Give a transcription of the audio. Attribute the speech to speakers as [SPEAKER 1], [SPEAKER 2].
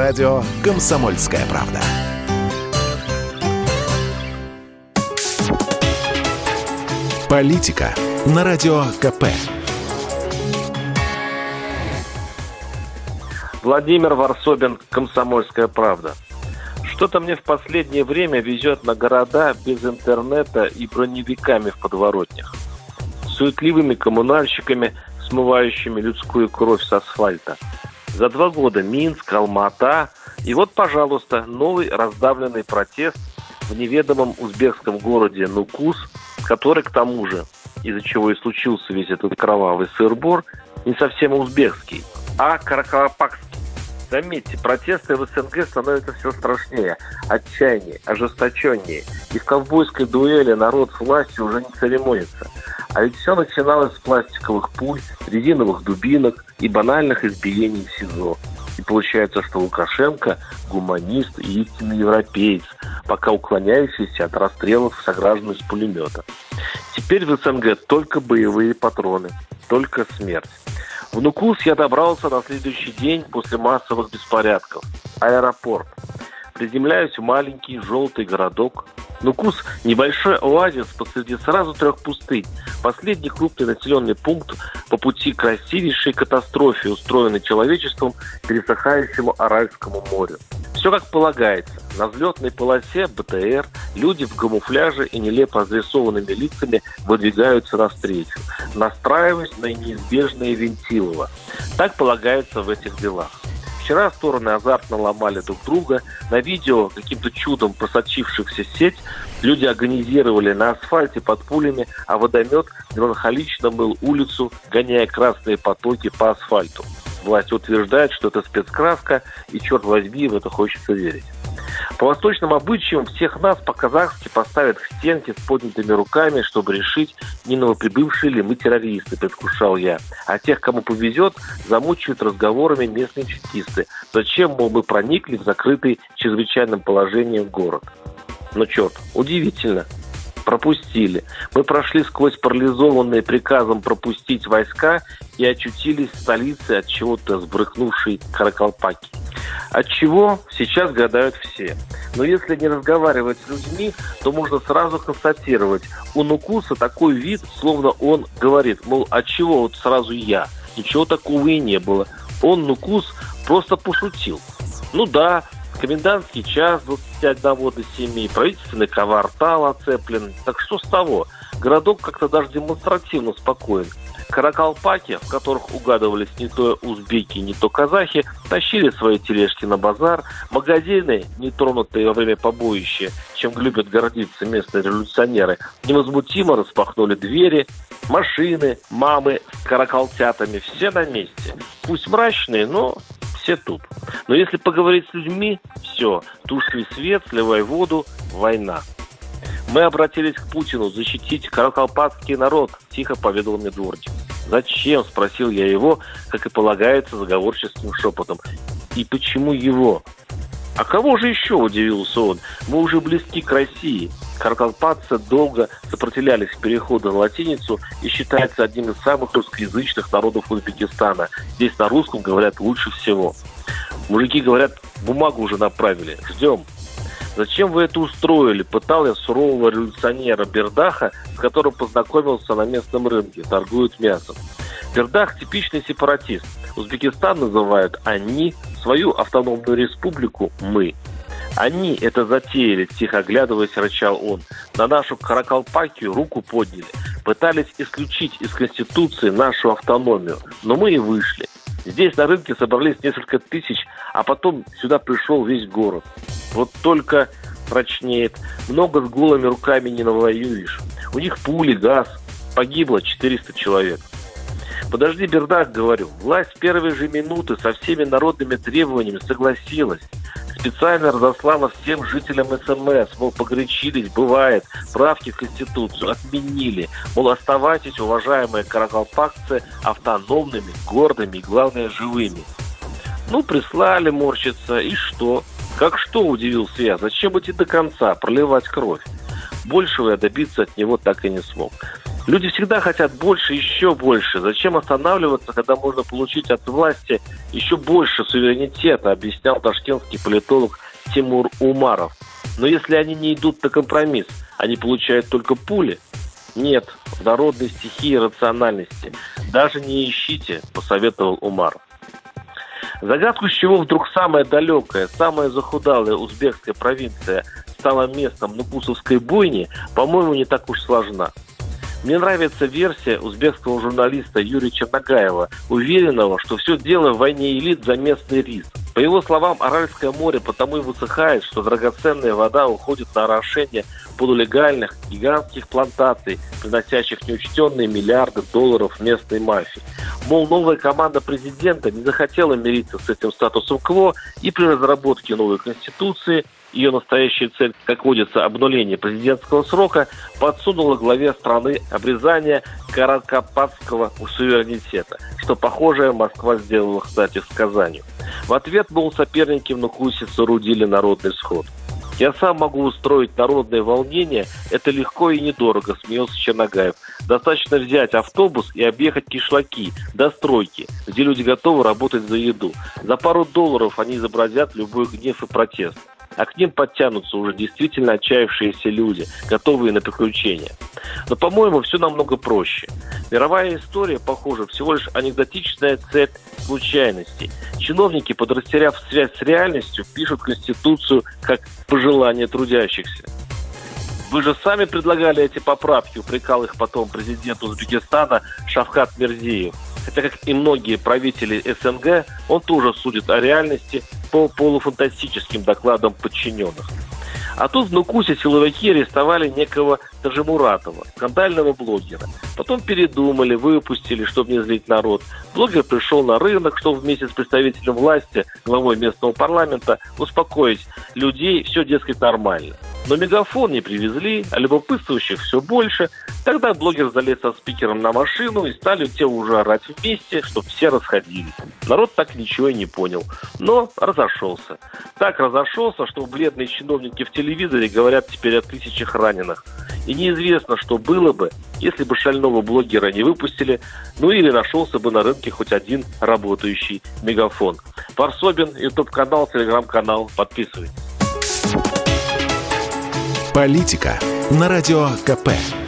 [SPEAKER 1] радио «Комсомольская правда». Политика на радио КП.
[SPEAKER 2] Владимир Варсобин, «Комсомольская правда». Что-то мне в последнее время везет на города без интернета и броневиками в подворотнях. Суетливыми коммунальщиками, смывающими людскую кровь с асфальта. За 2 года Минск, Алма-Ата и вот, пожалуйста, новый раздавленный протест в неведомом узбекском городе Нукус, который, к тому же, из-за чего и случился весь этот кровавый сыр-бор, не совсем узбекский, а каракалпакский. Заметьте, протесты в СНГ становятся все страшнее, отчаяннее, ожесточеннее. И в ковбойской дуэли народ с властью уже не церемонится. А ведь все начиналось с пластиковых пуль, резиновых дубинок и банальных избиений в СИЗО. И получается, что Лукашенко – гуманист и истинный европеец, пока уклоняющийся от расстрелов сограждан из пулемета. Теперь в СНГ только боевые патроны, только смерть. В Нукус я добрался на следующий день после массовых беспорядков. Аэропорт. Приземляюсь в маленький желтый городок. Нукус – небольшой оазис посреди сразу 3 пустынь. Последний крупный населенный пункт по пути к красивейшей катастрофе, устроенной человечеством пересыхающему Аральскому морю. Все как полагается. На взлетной полосе БТР люди в камуфляже и нелепо разрисованными лицами выдвигаются навстречу, настраиваясь на неизбежное Вентилово. Так полагается в этих делах. Вчера стороны азартно ломали друг друга. На видео, каким-то чудом просочившихся в сеть, люди агонизировали на асфальте под пулями, а водомет меланхолично мыл улицу, гоняя красные потоки по асфальту. Власть утверждает, что это спецкраска, и, черт возьми, в это хочется верить. По восточным обычаям всех нас по-казахски поставят к стенке с поднятыми руками, чтобы решить, не новоприбывшие ли мы террористы, предвкушал я. А тех, кому повезет, замучают разговорами местные чекисты. Зачем, мол, мы проникли в закрытый чрезвычайным положением город? Ну, черт, удивительно. Пропустили. Мы прошли сквозь парализованные приказом пропустить войска и очутились в столице от чего-то сбрыкнувшей Каракалпаки. От чего сейчас гадают все. Но если не разговаривать с людьми, то можно сразу констатировать, у Нукуса такой вид, словно он говорит, мол, от чего вот сразу я? Ничего такого и не было. Он, Нукус, просто пошутил. Ну да, комендантский час 21 до 7, правительственный квартал оцеплен. Так что с того? Городок как-то даже демонстративно спокоен. Каракалпаки, в которых угадывались не то узбеки, не то казахи, тащили свои тележки на базар. Магазины, не тронутые во время побоища, чем любят гордиться местные революционеры, невозмутимо распахнули двери. Машины, мамы с каракалтятами, все на месте. Пусть мрачные, но все тут. Но если поговорить с людьми, все, туши свет, сливай воду, война. Мы обратились к Путину защитить каракалпакский народ, тихо поведал мне дворник. Зачем, спросил я его, как и полагается, заговорческим шепотом. И почему его? А кого же еще, удивился он. Мы уже близки к России. Каракалпакцы долго сопротивлялись переходу на латиницу и считается одним из самых русскоязычных народов Узбекистана. Здесь на русском говорят лучше всего. Мужики говорят, бумагу уже направили, ждем. Зачем вы это устроили? Пытал я сурового революционера Бердаха, с которым познакомился на местном рынке, торгуют мясом. Бердах – типичный сепаратист. Узбекистан называют «они», свою автономную республику «мы». Они это затеяли, тихо оглядываясь, рычал он. На нашу Каракалпакию руку подняли. Пытались исключить из Конституции нашу автономию, но мы и вышли. Здесь на рынке собрались несколько тысяч, а потом сюда пришел весь город. Вот только прочнеет. Много с голыми руками не навоюешь. У них пули, газ. Погибло 400 человек. Подожди, Бердак, говорю. Власть с первой же минуты со всеми народными требованиями согласилась. Специально разослала всем жителям СМС, мол, погорячились, бывает, правки в Конституцию отменили. Мол, оставайтесь, уважаемые каракалпакцы, автономными, гордыми и, главное, живыми. Ну, прислали, морщится, и что? Как что, удивился я, зачем идти до конца, проливать кровь? Большего я добиться от него так и не смог. Люди всегда хотят больше, еще больше. Зачем останавливаться, когда можно получить от власти еще больше суверенитета, объяснял ташкентский политолог Тимур Умаров. Но если они не идут на компромисс, они получают только пули? Нет, в народной стихии рациональности. Даже не ищите, посоветовал Умаров. Загадку, с чего вдруг самая далекая, самая захудалая узбекская провинция стала местом нукусовской бойни, по-моему, не так уж сложна. Мне нравится версия узбекского журналиста Юрия Черногаева, уверенного, что все дело в войне элит за местный рис. По его словам, Аральское море потому и высыхает, что драгоценная вода уходит на орошение полулегальных гигантских плантаций, приносящих неучтенные миллиарды долларов местной мафии. Мол, новая команда президента не захотела мириться с этим статусом кво, и при разработке новой конституции ее настоящая цель, как водится, обнуление президентского срока, подсунула главе страны обрезание каракапатского суверенитета, что похожее Москва сделала, кстати, в Казани. В ответ, мол, соперники в Нукусе соорудили народный сход. «Я сам могу устроить народное волнение, это легко и недорого», — смеялся Черногаев. «Достаточно взять автобус и объехать кишлаки до стройки, где люди готовы работать за еду. За пару долларов они изобразят любой гнев и протест. А к ним подтянутся уже действительно отчаявшиеся люди, готовые на приключения. Но, по-моему, все намного проще. Мировая история, похоже, всего лишь анекдотичная цепь случайностей. Чиновники, подрастеряв связь с реальностью, пишут Конституцию как пожелание трудящихся. Вы же сами предлагали эти поправки, упрекал их потом президент Узбекистана Шавкат Мирзиев. Хотя, как и многие правители СНГ, он тоже судит о реальности по полуфантастическим докладам подчиненных. А тут в Нукусе силовики арестовали некого Тажимуратова, скандального блогера. Потом передумали, выпустили, чтобы не злить народ. Блогер пришел на рынок, чтобы вместе с представителем власти, главой местного парламента, успокоить людей, все, дескать, нормально. Но мегафон не привезли, а любопытствующих все больше. Тогда блогер залез со спикером на машину и стали те уже орать вместе, чтобы все расходились. Народ так ничего и не понял, но разошелся. Так разошелся, что бледные чиновники в телевизоре говорят теперь о тысячах раненых. И неизвестно, что было бы, если бы шального блогера не выпустили, ну или нашелся бы на рынке хоть один работающий мегафон. Варсобин, YouTube-канал, Telegram-канал. Подписывайтесь.
[SPEAKER 1] Политика на радио КП.